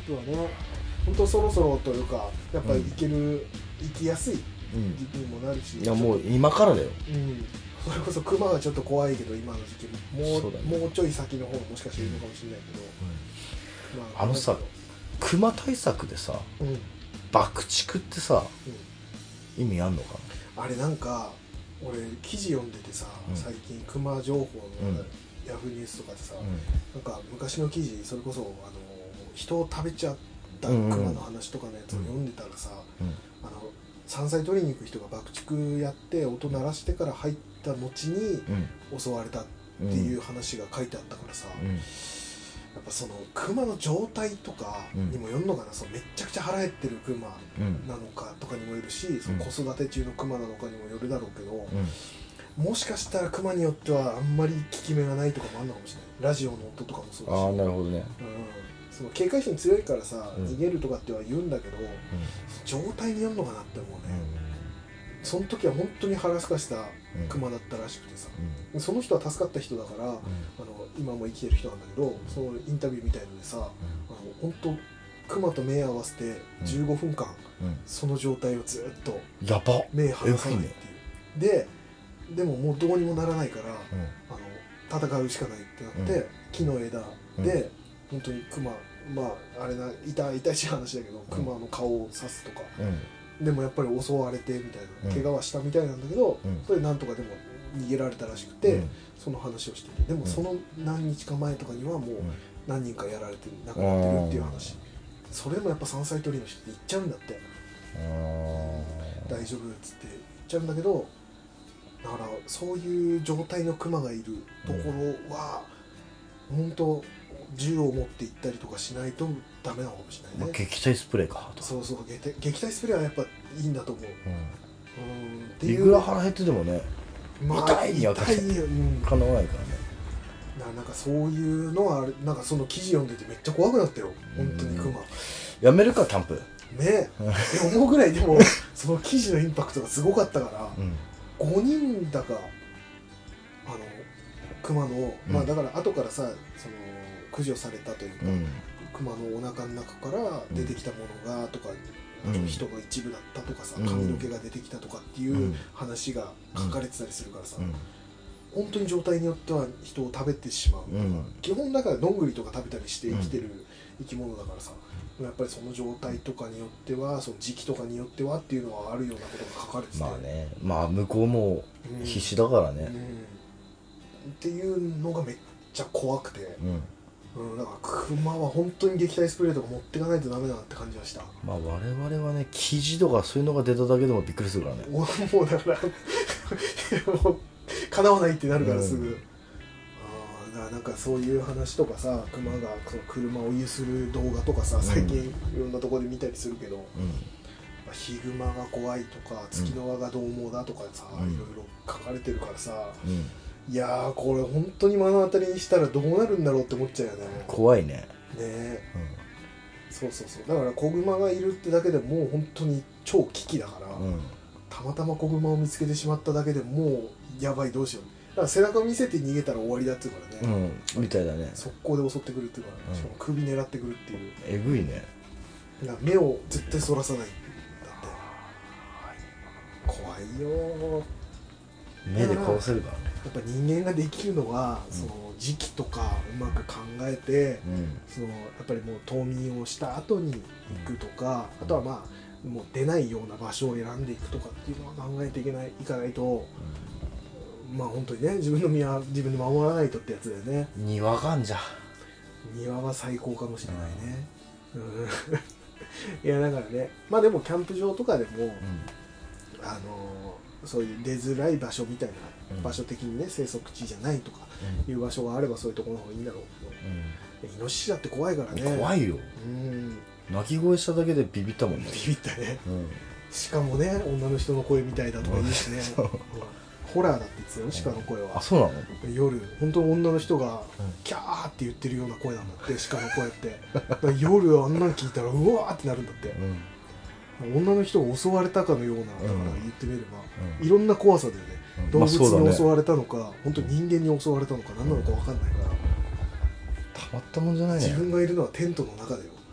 人はね本当そろそろというかやっぱり行きやすい時期にもなるし、 いやもう今からだよ、 それこそ熊はちょっと怖いけど今の時期もうちょい先の方もしかしているのかもしれないけど、 さ熊対策でさ、爆竹ってさ、意味あんのかな。あれなんか俺記事読んでてさ、最近熊情報のヤフーニュースとかでさ、なんか昔の記事それこそ人を食べちゃった熊の話とかのやつを読んでたらさ、山菜取りに行く人が爆竹やって音鳴らしてから入った後に襲われたっていう話が書いてあったからさ、やっぱその熊の状態とかにもよるのかな、そのめっちゃくちゃ腹減ってる熊なのかとかにもよるし、その子育て中の熊なのかにもよるだろうけど、もしかしたら熊によってはあんまり効き目がないとかもあるのかもしれない。ラジオの音とかもそうだし。 ああなるほどね、 その警戒心強いからさ、逃げるとかっては言うんだけど、状態によるのかなって思うね。その時は本当に腹すかした熊だったらしくてさ、その人は助かった人だから、今も生きてる人なんだけど、そのインタビューみたいのでさ、本当熊と目合わせて15分間、その状態をずっと目離さないっていう、でももうどうにもならないから、戦うしかないってなって、木の枝で本当に熊、あれな痛々しい話だけど、熊の顔を刺すとか、でもやっぱり襲われてみたいな、怪我はしたみたいなんだけど、それなんとかでも逃げられたらしくて、その話をしてて、でもその何日か前とかにはもう何人かやられて亡くなってるっていう話。それもやっぱ山菜採りの人って言っちゃうんだって、大丈夫っつって言っちゃうんだけど、だからそういう状態の熊がいるところは、本当銃を持って行ったりとかしないとダメなのかもしれないね。 撃退スプレーかと。 そう撃退スプレーはやっぱいいんだと思う。 いくら腹減ってでもね、痛いにはかなわないからね。 なんかそういうのはなんかその記事読んでてめっちゃ怖くなったよ、本当に熊。 やめるかキャンプねえ思うぐらい。でもその記事のインパクトがすごかったから、5人だか熊の、だから後からさ、その駆除されたというか、熊のお腹の中から出てきたものがとか、人の一部だったとかさ、髪の毛が出てきたとかっていう話が書かれてたりするからさ、本当に状態によっては人を食べてしまうとか、基本だからどんぐりとか食べたりして生きてる生き物だからさ、やっぱりその状態とかによっては、その時期とかによってはっていうのはあるようなことが書かれてて、 向こうも必死だからね、 っていうのがめっちゃ怖くて、だから熊は本当に撃退スプレーとか持っていかないとダメだなって感じがした。 我々はね、記事とかそういうのが出ただけでもびっくりするからね。 もうだからもう叶わないってなるからすぐ、だからなんかそういう話とかさ、熊がその車を揺する動画とかさ、最近いろんなところで見たりするけど、ヒグマが怖いとか、ツキノワがどう思うだとかさ、いろいろ書かれてるからさ、いやーこれ本当に目の当たりにしたらどうなるんだろうって思っちゃうよね。 怖いね。 ねえ、そうだから子グマがいるってだけでもう本当に超危機だから、たまたま子グマを見つけてしまっただけでもうやばい、どうしよう。だから背中を見せて逃げたら終わりだっていうからね、 みたいだね。 速攻で襲ってくるっていうから、しかも首狙ってくるっていう。 えぐいね。 だから目を絶対そらさないんだって。怖いよ。 目で殺せるからね。 やっぱ人間ができるのは、その時期とかうまく考えて、そのやっぱりもう冬眠をした後に行くとか、あとはもう出ないような場所を選んでいくとかっていうのは考えていかないと、本当にね、自分の身は自分で守らないとってやつだよね。 庭がんじゃ。 庭は最高かもしれないね。いやだからね、でもキャンプ場とかでも、そういう出づらい場所みたいな場所的にね、生息地じゃないとかいう場所があればそういうところの方がいいんだろうけど、イノシシだって怖いからね。 怖いよ。鳴き声しただけでビビったもんね。 ビビったね。しかもね、女の人の声みたいだとか言うしね。ホラーだって言ってたよ、鹿の声は。 あ、そうなの？ 夜、本当に女の人がキャーって言ってるような声なんだって、鹿の声って。夜あんなん聞いたらうわーってなるんだって。女の人が襲われたかのような、だから言ってみれば、いろんな怖さだよね。動物に襲われたのか、本当に人間に襲われたのか、何なのか分かんないから。 たまったもんじゃないね。 自分がいるのはテントの中だよ。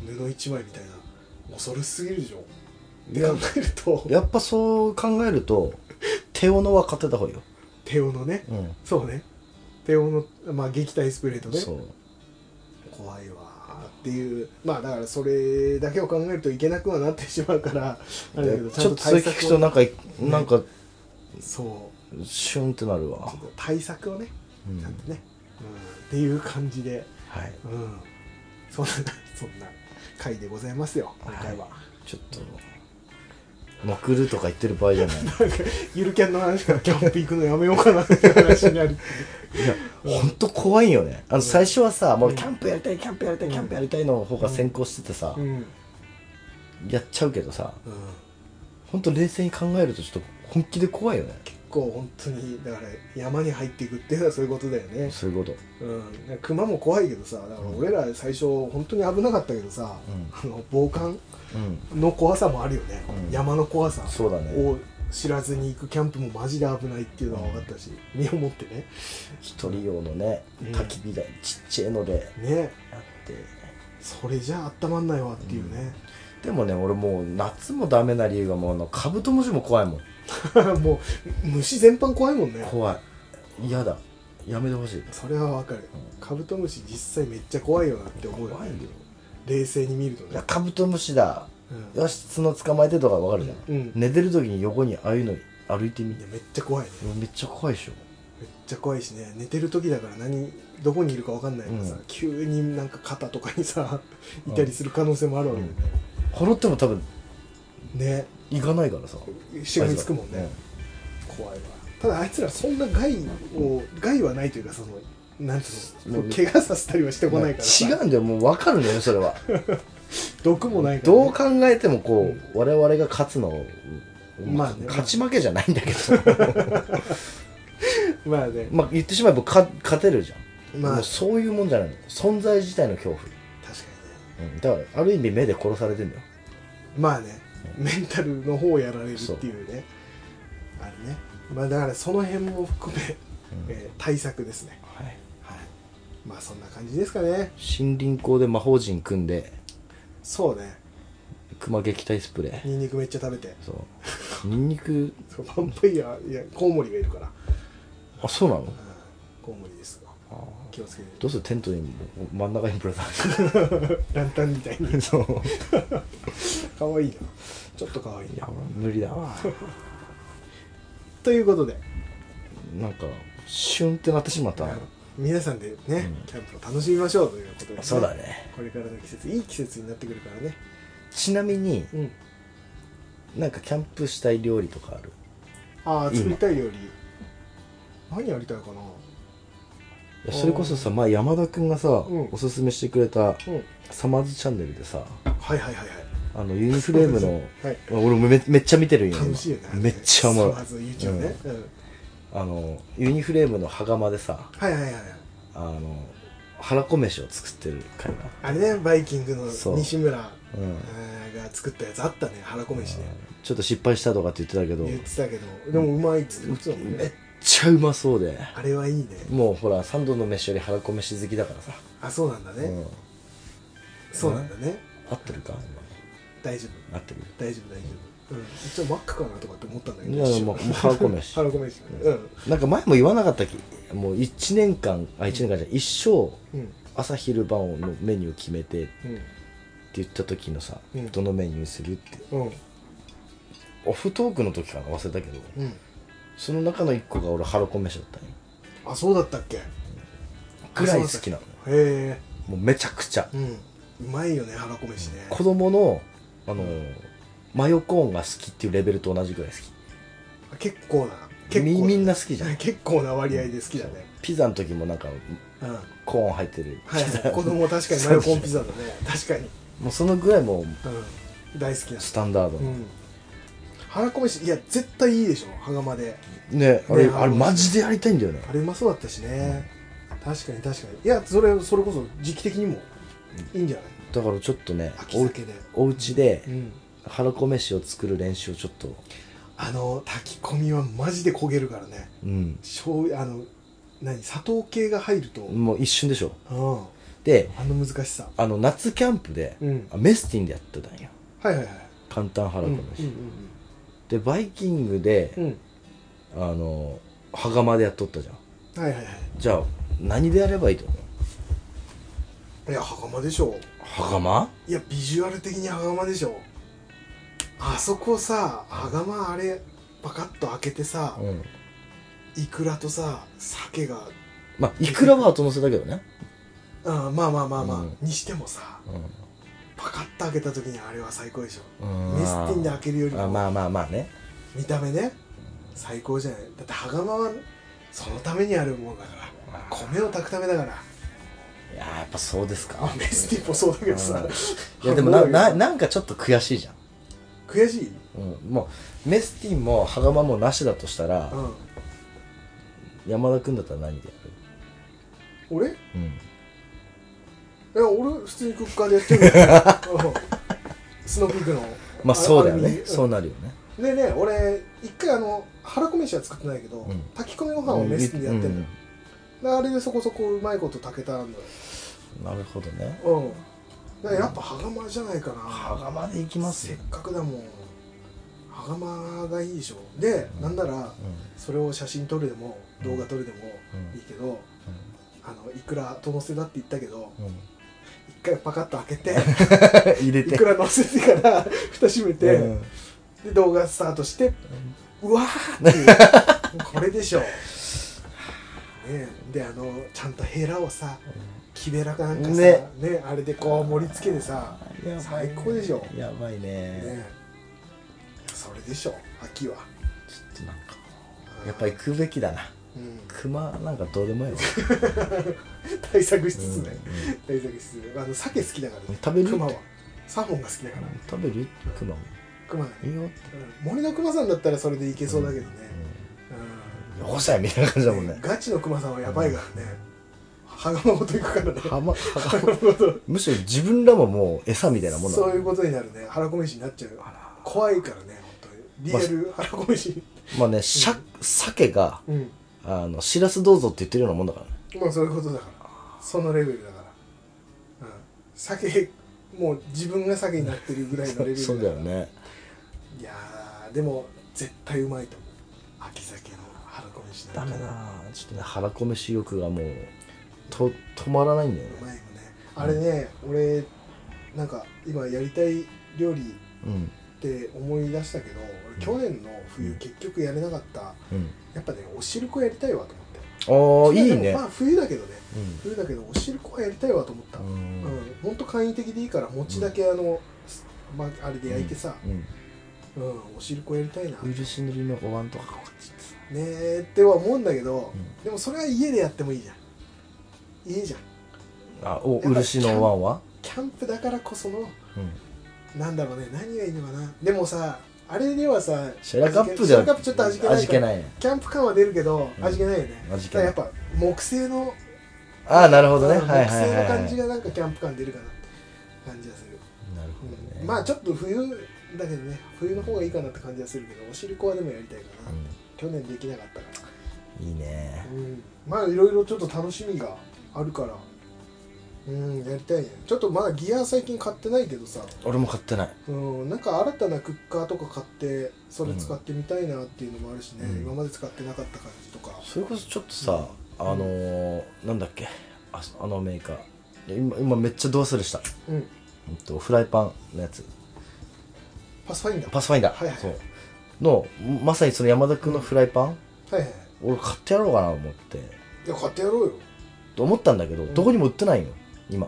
布一枚みたいな恐ろしすぎるでしょっていや考えるとやっぱそう考えると手斧は買ってた方がいいよ。 手斧ね、そうね、手斧、まあ撃退スプレーとね、 そう怖いわっていう、まあだからそれだけを考えるといけなくはなってしまうからあれだけど、 ちょっとそれ聞くとなんか、なんかそうシュンってなるわ。 対策をね、ちゃんとね、っていう感じで、 はい、 そんな回でございますよ今回は、 ちょっとまくるとか言ってる場合じゃない。 なんかゆるキャンの話からキャンプ行くのやめようかなって話になる。 いや、ほんと怖いよね。最初はさ、もうキャンプやりたいキャンプやりたいキャンプやりたいの方が先行しててさ、やっちゃうけどさ、ほんと冷静に考えるとちょっと本気で怖いよね。 結構本当にだから山に入っていくっていうのはそういうことだよね。 そういうこと。 熊も怖いけどさ、だから俺ら最初本当に危なかったけどさ、防寒の怖さもあるよね、山の怖さを知らずに行くキャンプもマジで危ないっていうのは分かったし、身をもってね、 一人用のね焚き火台ちっちゃいのでねやって、 それじゃあ温まんないわっていうね、 でもね俺もう夏もダメな理由がもうカブトムシも怖いもん。 もう虫全般怖いもんね。 怖い、嫌だ、やめてほしい。 それは分かる。カブトムシ実際めっちゃ怖いよなって思うよね。 怖いよ、 冷静に見るとね。 いやカブトムシだ、よし角捕まえてとか分かるじゃん、寝てる時に横にああいうの歩いてみて、 めっちゃ怖いね。 めっちゃ怖いでしょ。 めっちゃ怖いしね、寝てる時だからどこにいるか分かんないからさ、急になんか肩とかにさいたりする可能性もあるわけだよね。 払っても多分ね、 行かないからさ、 しがみつくもんね、怖いわ。ただあいつらそんな害はないというか、そのなんつうの、怪我させたりはしてこないからさ。 違うんだよ、もう分かるんだよねそれは。 毒もないから、ね、 どう考えてもこう、我々が勝つの、まあね、勝ち負けじゃないんだけどまあね、 まあ言ってしまえば勝てるじゃん、 まあ、 もうそういうもんじゃないの、存在自体の恐怖。 確かにね、だからある意味目で殺されてんだよ。 まあね、メンタルの方をやられるっていうね、あれね、まあだからその辺も含め、対策ですね。はい、はい、まあそんな感じですかね。 森林校で魔法陣組んで、 そうね、 熊撃退スプレー、 ニンニクめっちゃ食べて、 そうニンニクそうヴァンパイア、いやコウモリがいるから。 あ、そうなの、 コウモリですが、気をつけて。 どうする、テントに真ん中にぶら下げてランタンみたいに。そうかわいいな、ちょっとかわいい。いや無理だわということで、 なんかシュンってなってしまった。 皆さんでね、キャンプを楽しみましょうということで、ね、 そうだね、 これからの季節、いい季節になってくるからね。 ちなみに、なんかキャンプしたい料理とかある？ 作りたい料理何やりたいかな。 いやそれこそさ、前山田君がさ、おすすめしてくれた、サマーズチャンネルでさ、 はいはいはいはい、 ユニフレームの俺もめっちゃ見てるんよ。 楽しいよね、 めっちゃおもろい。 YouTube ね、 ユニフレームの羽釜でさ、 はいはいはい、 腹こ飯を作ってる回があれね、バイキングの西村が作ったやつあったね、腹こ飯ね。 ちょっと失敗したとかって言ってたけど、 でもうまいっつって、 めっちゃうまそうで、 あれはいいね。 もうほら3度の飯より腹こ飯好きだからさ。 あ、そうなんだね、そうなんだね。 合ってるか、 大丈夫、 合ってる、 大丈夫大丈夫。ちょっとマックかなとかって思ったんだけど、 いやもう腹こ飯腹こ飯、 なんか前も言わなかったっけ、もう1年間じゃ一生朝昼晩のメニュー決めてって言った時のさ、どのメニューするって、オフトークの時かな、忘れたけど、その中の1個が俺腹こ飯だったね。 あ、そうだったっけ。 ぐらい好きなの。 へえ、 もうめちゃくちゃうまいよね、腹こ飯ね。 子供のマヨコーンが好きっていうレベルと同じぐらい好き。 結構な、 みんな好きじゃん。 結構な割合で好きだね。 ピザの時もなんかコーン入ってる、 子供は確かにマヨコーンピザだね。確かにもうそのぐらいもう大好きなスタンダード。 腹こ飯、いや絶対いいでしょ、羽釜でね。あれマジでやりたいんだよね。 あれうまそうだったしね。確かに確かに。いや、それこそ時期的にもいいんじゃない。 だからちょっとね、 お家で腹こ飯を作る練習をちょっと。 炊き込みはマジで焦げるからね。醤油、砂糖系が入るともう一瞬でしょ。 であの難しさ、 夏キャンプで、メスティンでやってたんよ。 はいはいはい。 簡単腹こ飯、でバイキングで、羽釜でやっとったじゃん。 はいはいはい。 じゃあ何でやればいいと思う？ いや、羽釜でしょ。 羽釜？ いや、ビジュアル的に羽釜でしょ。あそこさ、羽釜あれパカッと開けてさ、イクラとさ鮭が、 まあイクラは後乗せだけどね。 まあまあまあまあ、にしてもさ、パカッと開けた時にあれは最高でしょ。メスティンで開けるよりもまあまあまあね、 見た目ね最高じゃない。だって羽釜はそのためにあるもんだから、米を炊くためだから。 いややっぱそうですか。 メスティンもそうだけどさ、 いやでもなんかちょっと悔しいじゃん。 悔しい？ もうメスティンも羽釜もなしだとしたら、山田君だったら何でやる？ 俺？いや、俺普通にクッカーでやってるよ。スノーピークの。 まあそうだよね、そうなるよね。 でね、俺一回腹こ飯は作ってないけど、炊き込みご飯をメスティンでやってるのよ。であれでそこそこうまいこと炊けたんだよ。 なるほどね。 だからやっぱ羽釜じゃないかな。 羽釜でいきますせっかくだもん。羽釜がいいでしょ。で、なんならそれを写真撮るでも動画撮るでもいいけど、いくらと乗せだって言ったけど、一回パカッと開けて入れて、 いくら乗せてから蓋閉めて、で動画スタートして、うわーっていうこれでしょ。ね、でちゃんとヘラをさ、木べらかなんかさ、ね、あれでこう盛り付けてさ、最高でしょ。 やばいね。 それでしょ、秋は。ちょっとなんかやっぱり食うべきだな。熊なんかどうでもいいわ。 対策しつつね、対策しつつ、鮭好きだからね。 食べる？ 熊はサーモンが好きだから。 食べる？熊も。 熊ね。 いいよ。 森の熊さんだったらそれでいけそうだけどね。 よこせみたいな感じだもんね。 ガチの熊さんはやばいからね。羽釜ごといくからね。 むしろ自分らももう餌みたいなもんだ。 そういうことになるね。腹こ飯になっちゃうよ。怖いからね、本当に。リアル腹こ飯。 まあね、鮭がしらすどうぞって言ってるようなもんだからね。 まあそういうことだから、そのレベルだから、鮭、もう自分が鮭になってるぐらいのレベルだから。そうだよね。いやー、でも絶対うまいと思う。秋鮭の腹こ飯なんか。ダメだ、 ちょっとね、腹こ飯欲がもう止まらないんだよね。 うまいよね。あれね、俺なんか今やりたい料理って思い出したけど、去年の冬結局やれなかった、やっぱね、おしるこやりたいわと思って。 ああ、いいね。 まあ冬だけどね、冬だけどおしるこはやりたいわと思った。ほんと簡易的でいいから、餅だけあれで焼いてさ、おしるこやりたいな。 漆塗りのお椀とかこっちねえっては思うんだけど、でもそれは家でやってもいいじゃん。家じゃん。 漆のお椀はキャンプだからこその、なんだろうね、何がいいのかな。でもさ、あれではさ、 シェラカップではちょっと味気ない。キャンプ感は出るけど味気ないよね。だからやっぱ木製の、 なるほどね。木製の感じがなんかキャンプ感出るかなって感じがする。 なるほどね。 まあちょっと冬だけどね、冬の方がいいかなって感じがするけど、おしるこはでもやりたいかな。去年できなかったから。 いいね。 まあいろいろちょっと楽しみがあるから、やりたいね。ちょっとまだギア最近買ってないけどさ。 俺も買ってない。 なんか新たなクッカーとか買ってそれ使ってみたいなっていうのもあるしね、今まで使ってなかった感じとか。 それこそちょっとさ、なんだっけ、メーカー今めっちゃど忘れした。フライパンのやつ、 パスファインダー。 パスファインダーそうの、まさにその山田君のフライパン、俺買ってやろうかなと思って。 いや、買ってやろうよと思ったんだけど、どこにも売ってないの今。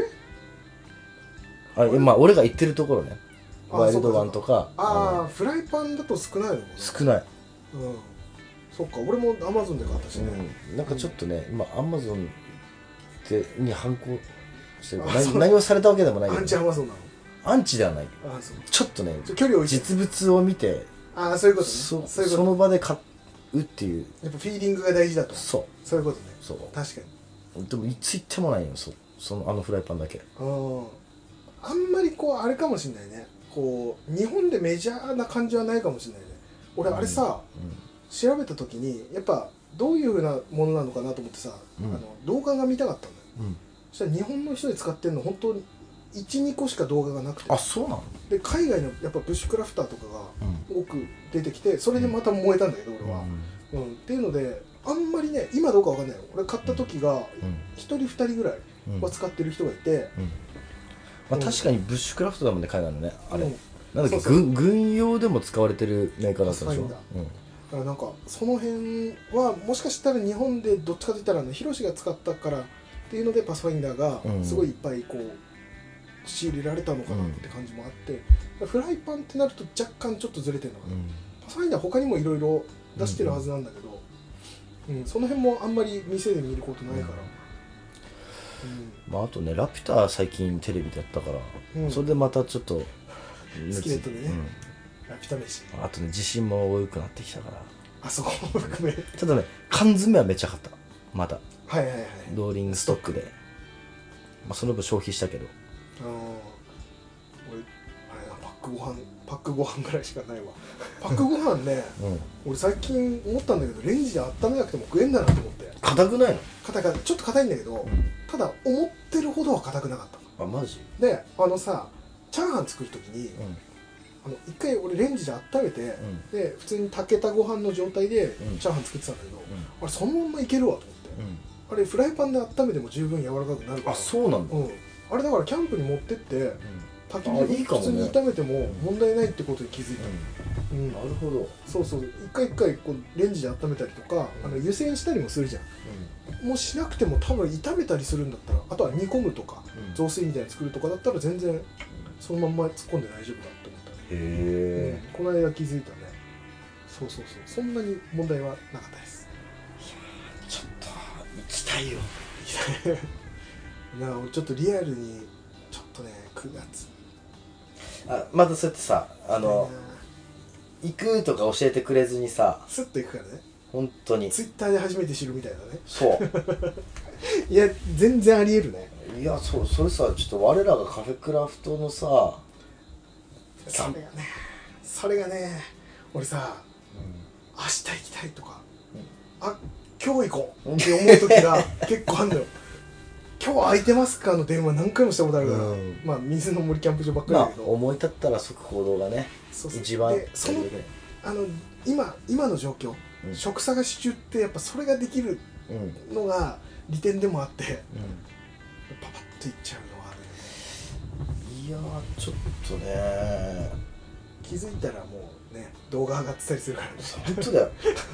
俺が行ってるところね、ワイルドワンとか。 フライパンだと少ないの？ 少ない。 そっか、俺もアマゾンで買ったしね。 なんかちょっとね、今アマゾンに反抗してるから、何をされたわけでもないけど。 アンチアマゾンなの？ アンチではない。ちょっとね、 距離を置いて、 実物を見て、 そういうことね。 その場で買うっていう。 やっぱフィーリングが大事だと。そういうことね。確かに。でもいつ行ってもないよ、フライパンだけ。 あんまりこうあれかもしれないね、こう日本でメジャーな感じはないかもしれないね。俺あれさ、調べた時にやっぱどういうふうなものなのかなと思ってさ、動画が見たかったんだよ。 そしたら日本の人で使ってるの本当に 1,2 個しか動画がなくて、 あ、そうなの。 で海外のやっぱブッシュクラフターとかが多く出てきて、それでまた燃えたんだけど俺は、っていうのであんまりね、今どうかわかんないよ、俺買った時が1人2人ぐらいは使ってる人がいて、 まあ、確かにブッシュクラフトだもんね、海外のね、あれ、なんだっけ、 そうそう、 軍用でも使われてるメーカーだったでしょ。 だからなんかその辺はもしかしたら日本でどっちかといったらヒロシが使ったからっていうのでパスファインダーがすごいいっぱいこう仕入れられたのかなって感じもあって、フライパンってなると若干ちょっとずれてるのかな、パスファインダー他にもいろいろ出してるはずなんだけど、その辺もあんまり店で見ることないから、 まあ、あとね、ラピュタ最近テレビでやったから、それでまたちょっとスキレットでね、ラピュタ飯、 あとね、自信も多くなってきたから、 あそこも含め、 ただね、缶詰はめっちゃ買った。またローリングストックで、まあ、その分消費したけど、 俺あれな、パックご飯ぐらいしかないわ。パックご飯ね、俺最近思ったんだけど、レンジで温めなくても食えんだなと思って。 硬くないの？ ちょっと硬いんだけど、ただ思ってるほどは硬くなかった。 あ、マジで、さ、チャーハン作るときに、一回俺レンジで温めて、で普通に炊けたご飯の状態でチャーハン作ってたんだけど、あれそのまんまいけるわと思って、あれフライパンで温めても十分柔らかくなるから。 あ、そうなんだ。 あれだからキャンプに持ってって焚き火で普通に炒めても問題ないってことに気づいた。 なるほど。 そうそう、一回こうレンジで温めたりとか、湯煎したりもするじゃん、もうしなくても多分炒めたりするんだったら、あとは煮込むとか、雑炊みたいに作るとかだったら全然そのまんま突っ込んで大丈夫だって思ったね。 へえ、 この間気づいたね。そうそんなに問題はなかったです。 ちょっと行きたいよ。 俺ちょっとリアルにちょっとね、9月またそうやってさ、行くとか教えてくれずにさ、 スッと行くからね。 本当にツイッターで初めて知るみたいなね。 そういや全然ありえるね。 いや、それさ、ちょっと我らがカフェクラフトのさ、 それがね、俺さ、明日行きたいとか、今日行こうって思う時が結構あんのよ。今日空いてますかの電話何回もしたことあるから、まあ水の森キャンプ場ばっかりだけど、 思い立ったら即行動がね、一番で、その今の状況、職探し中ってやっぱそれができるのが利点でもあって、パパッといっちゃうのはあるよね。いやちょっとね、 気づいたらもうね、動画上がってたりするからね。 本当だよ。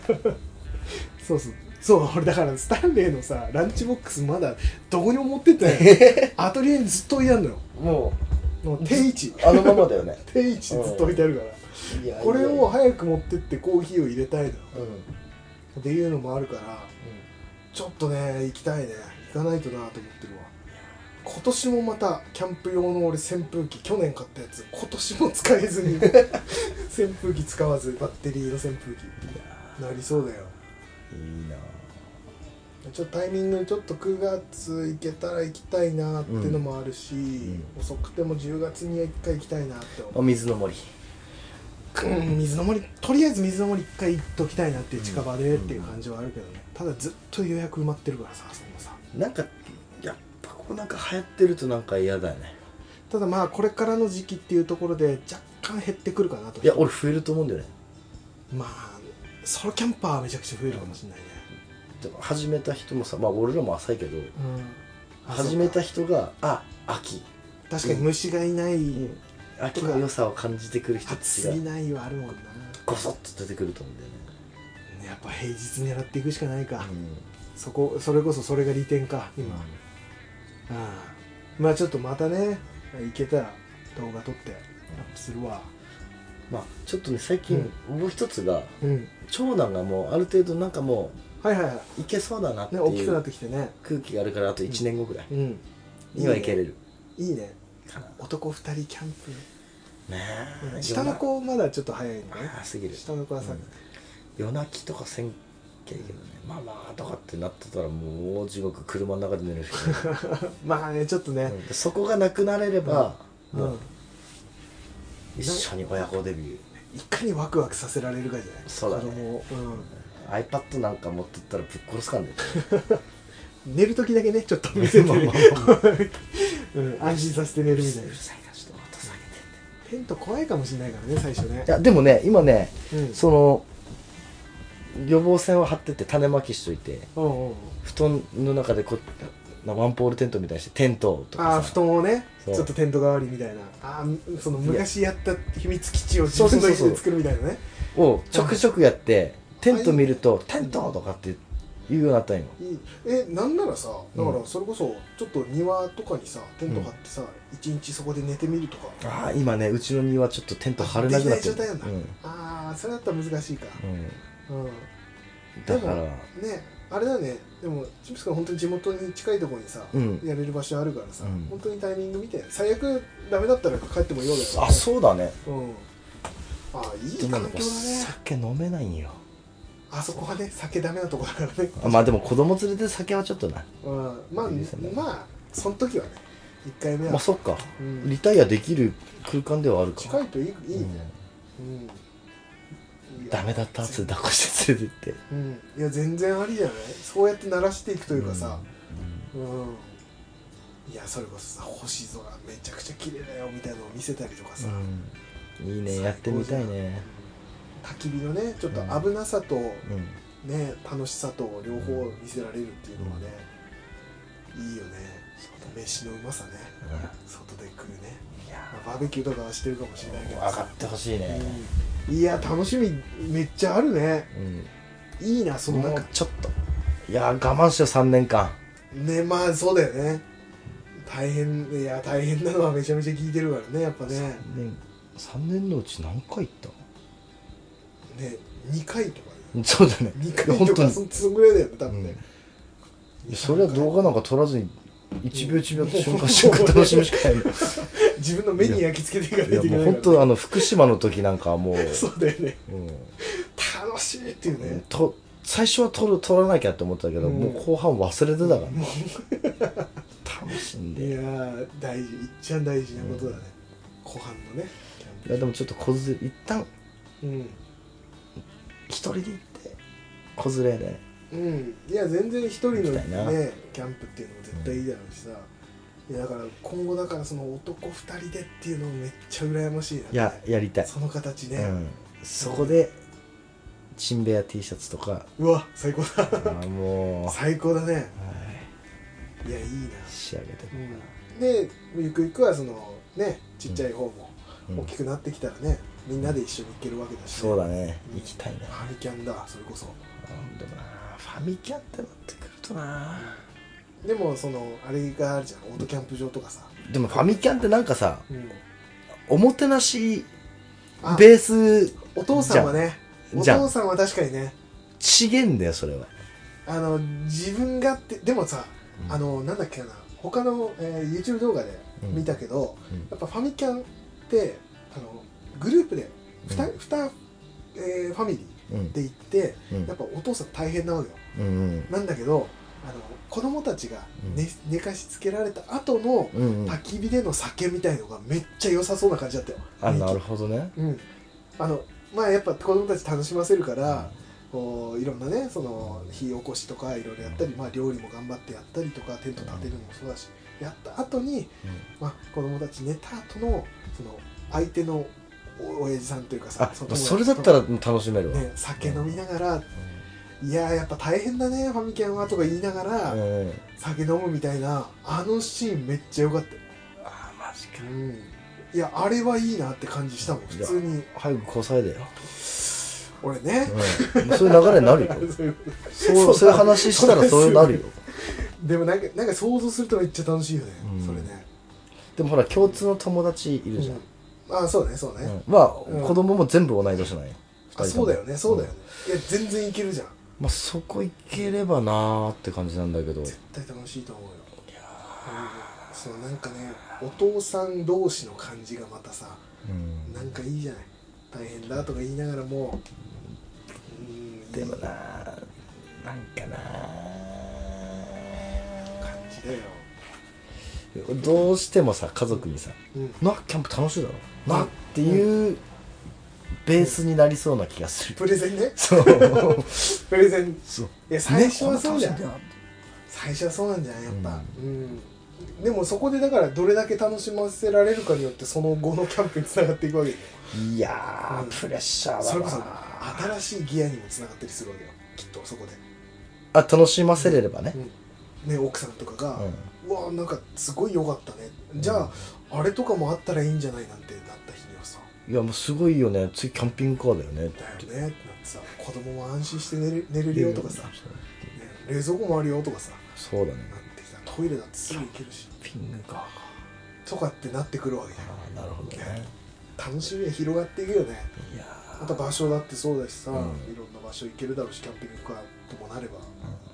そう、俺だからスタンレーのさランチボックスまだどこにも持ってってないアトリエにずっと置いてあるのよ。もう定位置、 あのままだよね。 定位置でずっと置いてあるから、これを早く持ってってコーヒーを入れたいのよ、っていうのもあるから、ちょっとね行きたいね。行かないとなと思ってるわ。今年もまたキャンプ用の俺扇風機、去年買ったやつ今年も使えずに扇風機使わずバッテリーの扇風機なりそうだよ。 いいな。 ちょっとタイミングでちょっと9月行けたら行きたいなってのもあるし、遅くても10月には1回行きたいなって思う。 水の森、 水の森、とりあえず水の森1回行っときたいなっていう、近場でっていう感じはあるけどね。ただずっと予約埋まってるからさ、そんなさ、 なんかやっぱここなんか流行ってるとなんか嫌だよね。 ただまあこれからの時期っていうところで若干減ってくるかなと。 いや、俺増えると思うんだよね。 まあソロキャンパーはめちゃくちゃ増えるかもしれないね。 でも始めた人もさ、まあ俺らも浅いけど、始めた人が秋、 確かに虫がいない、 秋の良さを感じてくる人たちが暑いないはあるもんな、 ゴソッと出てくると思うんだよね。 やっぱ平日狙っていくしかないか、それこそそれが利点か今、まあちょっとまたね行けたら動画撮ってアップするわ。 まあちょっとね、最近もう一つが、長男がもうある程度なんかもういけそうだなっていう、 大きくなってきてね、 空気があるから、あと1年後ぐらいにはいけれる。 いいね、男2人キャンプねえ。 下の子まだちょっと早いんだね。 早すぎる。 下の子はさ、 夜泣きとかせんけどね、ママとかってなってたらもう地獄、車の中で寝るしまあね、ちょっとね、 そこがなくなれればもう一緒に親子デビュー、 いかにワクワクさせられるかじゃない。 そうだね。iPad なんか持ってったらぶっ殺すかんね。 寝る時だけねちょっと見せて、ねうん、安心させて寝るみたいな。テント怖いかもしれないからね最初ね。 いやでもね今ね、 うん、 その予防線を張ってて種まきしといて、 うんうん、 布団の中でワンポールテントみたいにしてテントとかさ、 あ布団をねちょっとテント代わりみたいな、その昔やった秘密基地を自分の家で作るみたいなねをちょくちょくやって、テント見るとテントとかって言うようになったんよ。 なんならさだからそれこそちょっと庭とかにさテント張ってさ、一日そこで寝てみるとか。 今ねうちの庭ちょっとテント張れなくなってる。 できない状態なんだ、それだったら難しいか、 だからねあれだね。でもチップスから本当に地元に近いところにさ、やれる場所あるからさ、本当にタイミング見て最悪ダメだったら帰ってもいいようだよね。 そうだね。 いい環境だね。 酒飲めないんよ。 あそこはね酒ダメなとこだからね。 まあでも子供連れて酒はちょっとな。 まあその時はね1回目はそっか、リタイアできる空間ではあるか。 近いといいね。 ダメだったっつって抱っこして連れてって、 いや全然ありじゃない。そうやって慣らしていくというかさ、いやそれこそさ星空めちゃくちゃ綺麗だよみたいなのを見せたりとかさ、 いいね、やってみたいね。 焚き火のねちょっと危なさと、ね楽しさと両方見せられるっていうのはね、いいよね。飯のうまさね、外で食うね。バーベキューとかはしてるかもしれないけど分かってほしいね。 いや楽しみめっちゃあるね。いいなそのもうちょっといや我慢しよう3年間ね。まあそうだよね。大変なのはめちゃめちゃ聞いてるからねやっぱね。 3年のうち何回行ったね2回とかそうだね。 2回とかそんぐらいだよね多分ね。 それは動画なんか撮らずに1秒1秒と瞬間楽しむしかないの。 自分の目に焼き付けていかないといけないから、ね、 もう本当福島の時なんかはもうそうだよね、楽しいっていうね。 最初は撮らなきゃって思ったけど、もう後半忘れてたから楽しんで。 いや大事、いっちゃん大事なことだね、後半のね。 いやでもちょっと一旦一人で行って子連れで、 いや全然一人のねキャンプっていうのも絶対いいだろうしさ、いやだから今後だからその男2人でっていうのもめっちゃ羨ましいな、ね、 いややりたいその形ね、 そこでチンベア T シャツとか、 うわ最高だもう最高だね、いやいいな仕上げて、 でゆくゆくはそのねちっちゃい方も大きくなってきたらね、みんなで一緒に行けるわけだし、 そうだね、行きたいね。 ファミキャンだそれこそ。 でもなファミキャンってなってくるとな、 でもそのあれがあるじゃん、オートキャンプ場とかさ。でもファミキャンってなんかさ、おもてなしベース。 お父さんはね、お父さんは確かにねちげんだよそれは。 自分がってでもさ、なんだっけな、他の、YouTube 動画で見たけど、やっぱファミキャンってグループで 2ファミリーで行って、やっぱお父さん大変なわけよ、なんだけど子供たちが、寝かしつけられた後の焚き火での酒みたいのがめっちゃ良さそうな感じだったよ。 なるほどね。 まあやっぱ子供たち楽しませるから、いろんなねその火起こしとかいろいろやったり、料理も頑張ってやったりとかテント立てるのもそうだし、やった後に、子供たち寝た後のその相手の親父さんというかさ、 それだったら楽しめるわ、 酒飲みながら、いややっぱ大変だねファミキャンはとか言いながら、酒飲むみたいなシーンめっちゃ良かったよ。 マジか。 いやあれはいいなって感じしたもん普通に。 早く交際だよ俺ね、 そういう流れになるよそういう話したらそうなるよ。 でもなんか想像するとめっちゃ楽しいよね、それね。 でもほら共通の友達いるじゃん。 そうね子供も全部同い年なんよ。 そうだよねそうだよね。いや全然いけるじゃん。 そこ行ければなーって感じなんだけど、 絶対楽しいと思うよ。そうなんかねお父さん同士の感じがまたさ、なんかいいじゃない。大変だとか言いながらも、 でもな、なんかな感じだよ。 どうしてもさ家族にさ、なキャンプ楽しいだろなっていうベースになりそうな気がする。 プレゼンね。 そうプレゼン。いや最初はそうじゃん。 最初はそうなんじゃないやっぱ、でもそこでだからどれだけ楽しませられるかによってその後のキャンプにつながっていくわけよ。 いやー、プレッシャーだな。 それこそ新しいギアにもつながったりするわけよ、きっとそこで。 楽しませれればね、 ね、奥さんとかが、うわなんかすごい良かったね、じゃああれとかもあったらいいんじゃないなんてなった日にはさ、 いやもうすごいよね、次キャンピングカーだよねだよねってなってさ、子供も安心して寝れるよとかさ、冷蔵庫もあるよとかさ、 そうだね、 なってきた。トイレだってすぐ行けるし、 キャンピングカーとかってなってくるわけだよ。 なるほどね。 楽しみが広がっていくよね。 いやまた場所だってそうだしさ、いろんな場所行けるだろうし、キャンピングカーともなれば、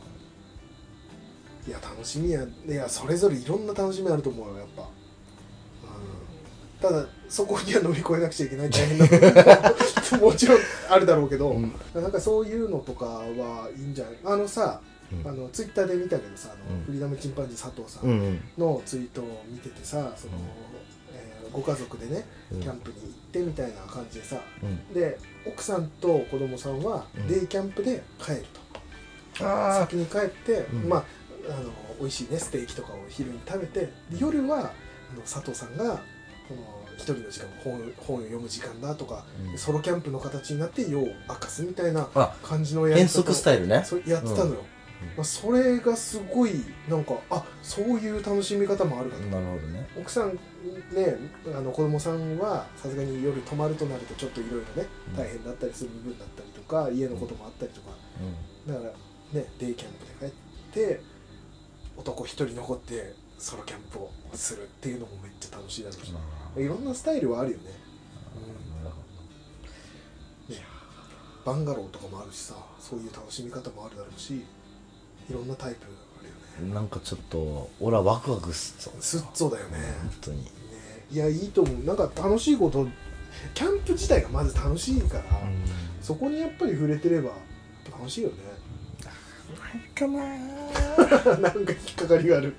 いや楽しみや、いやそれぞれいろんな楽しみあると思うよやっぱ、ただそこには乗り越えなくちゃいけない大変な部分ももちろんあるだろうけど、なんかそういうのとかはいいんじゃない。さ、ツイッターで見たけどさ、フリーダムチンパンジー佐藤さんのツイートを見ててさ、その、ご家族でねキャンプに行ってみたいな感じでさ、で奥さんと子供さんはデイキャンプで帰ると、先に帰って、美味しいねステーキとかを昼に食べて、夜は佐藤さんが一人の時間、本を読む時間だとか、ソロキャンプの形になって夜を明かすみたいな感じの変則スタイルね、 やってたのよ。それがすごいなんかそういう楽しみ方もあるかと。 なるほどね。 奥さんね、子供さんはさすがに夜泊まるとなるとちょっといろいろね大変だったりする部分だったりとか、家のこともあったりとか、だからねデイキャンプで帰って男一人残ってソロキャンプをするっていうのもめっちゃ楽しいだろうし、いろんなスタイルはあるよね。バンガローとかもあるしさ、そういう楽しみ方もあるだろうし、いろんなタイプあるよね。 なんかちょっと俺はワクワクすっそうだよね、 本当に、 いやいいと思う。なんか楽しいこと、キャンプ自体がまず楽しいから、そこにやっぱり触れてれば楽しいよね。なんか引っかかりがある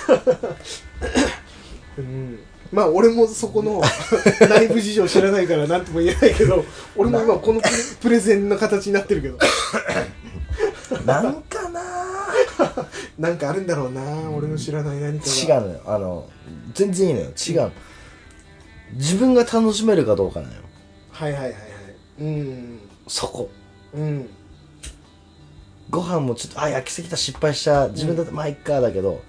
まあ俺もそこの内部事情知らないから何とも言えないけど、俺も今このプレゼンの形になってるけどなんかななんかあるんだろうな、俺の知らない何かが。違うのよ、全然いいのよ、違う、自分が楽しめるかどうかなのよ。 はいはいはいはい、 そこ、ご飯もちょっと焼きすぎた、失敗した、自分だってまあいっかだけど、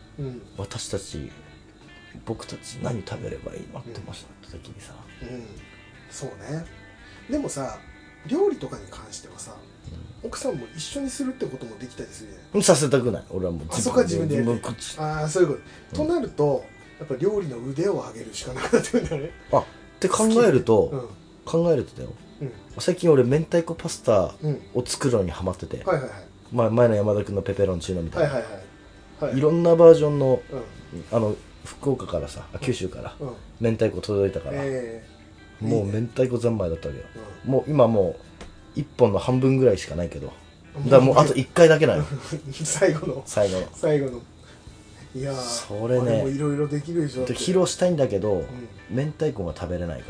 僕たち何食べればいいのってました時にさ、 そうね。でもさ、料理とかに関してはさ、奥さんも一緒にするってこともできたりするじゃない。 させたくない、俺はもうそこは自分でやる。そういうこと、となるとやっぱ料理の腕を上げるしかなくなってくるんだよね。 って考えるとだよ、最近俺明太子パスタを作るのにハマってて、前の山田君のペペロンチーノみたいな、いろんなバージョンの福岡からさ、九州から明太子届いたから、もう明太子三昧だったわけよ。もう今もう1本の半分ぐらいしかないけど、だからもうあと1回だけなの最後のいやそれね、 いろいろできるでしょ。 披露したいんだけど、明太子が食べれないから。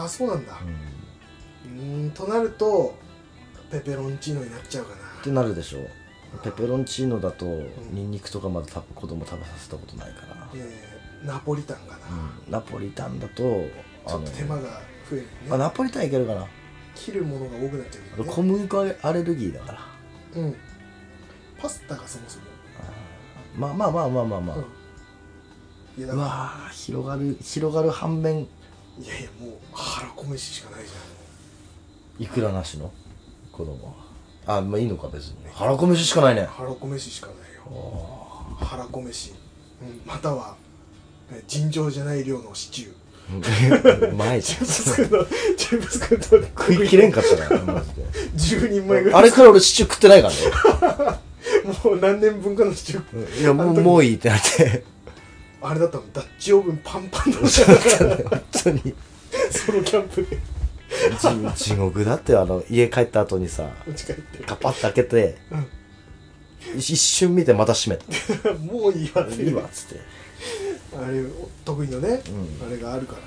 そうなんだ。となるとペペロンチーノになっちゃうかなってなるでしょ。ペペロンチーノだとニンニクとかまだ子供食べさせたことないから、 ナポリタンかな、ナポリタンだとちょっと手間が増えるね。 ナポリタンいけるかな。 切るものが多くなっちゃうけどね。 小麦粉アレルギーだから、 パスタがそもそもまあ、うわ広がる反面、 いやもう腹こ飯しかないじゃん。 いくらなしの子供はまあいいのか、別に腹こ飯しかないね。 腹こ飯しかないよ。腹こ飯、または尋常じゃない量のシチュー前じゃん全部作ると食いきれんかったなマジで 10人前ぐらい。 あれから俺シチュー食ってないからねもう何年分かのシチュー、 いやもういいってなってあれだったの、ダッチオーブンパンパンの本当にソロキャンプで地獄だって。家帰った後にさ、カパッと開けて、一瞬見てまた閉めたもういいわっていいわっつって、 あれ得意のね、あれがあるから、ほ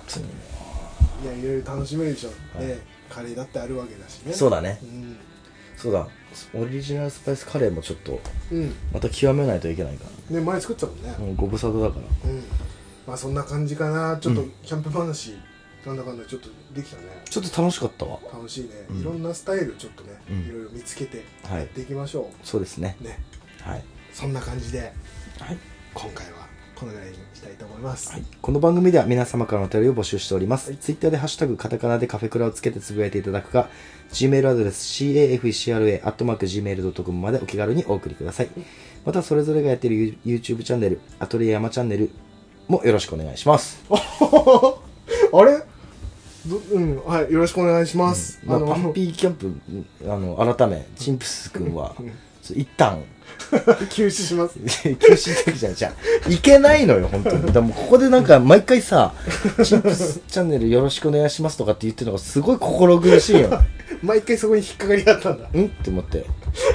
らいやいろいろ楽しめるでしょ、カレーだってあるわけだしね。 そうだね、 そうだ、オリジナルスパイスカレーもちょっとうんまた極めないといけないかね、前作ってたもんね、 ら、ご無沙汰だからうん、まあそんな感じかな。ちょっとキャンプ話、なんだかんだちょっとできたね。 ちょっと楽しかったわ。 楽しいね、 うんいろんなスタイルちょっとね、 うんいろいろ見つけてはいやっていきましょそうですね。 うね。 はい、 そんな感じではい今回はこのぐらいにしたいと思います。 はい、この番組では皆様からのお便りを募集しております。 はい、 ツイッターでハッシュタグカタカナでカフェクラをつけてつぶやいていただくか、Gmail アドレス cafecra@gmail.com までお気軽にお送りください。またそれぞれがやっている YouTube チャンネル、アトリエ山チャンネルもよろしくお願いします。 あれはい、よろしくお願いします。 パンピーキャンプ、改め、チンプス君は、一旦、 休止します。 休止的じゃん。じゃあ、いけないのよ、本当に。でもここでなんか、毎回さ、チンプスチャンネルよろしくお願いしますとかって言ってるのがすごい心苦しいよ。 毎回そこに引っかかりがあったんだ。 って思って。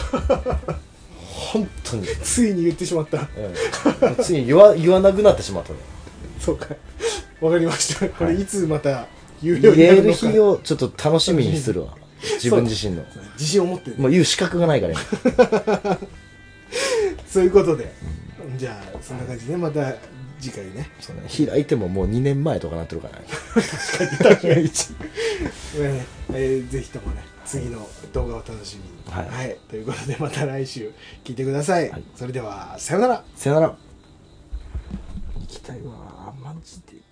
本当に。 ついに言ってしまった。 ついに言わなくなってしまったね。 そうか。わかりました。これいつまた言うよう言になるのか。 える日をちょっと楽しみにするわ。自分自身の。 自信を持ってる。 もう言う資格がないから今。 そういうことで。じゃあ、そんな感じでまた次回ね。 そうね、開いてももう2年前とかなってるからね。 確かに。ぜひともね、次の動画を楽しみに。 はい。 ということで、また来週聞いてください。それでは、さよなら。 さよなら。行きたいわ、マジで。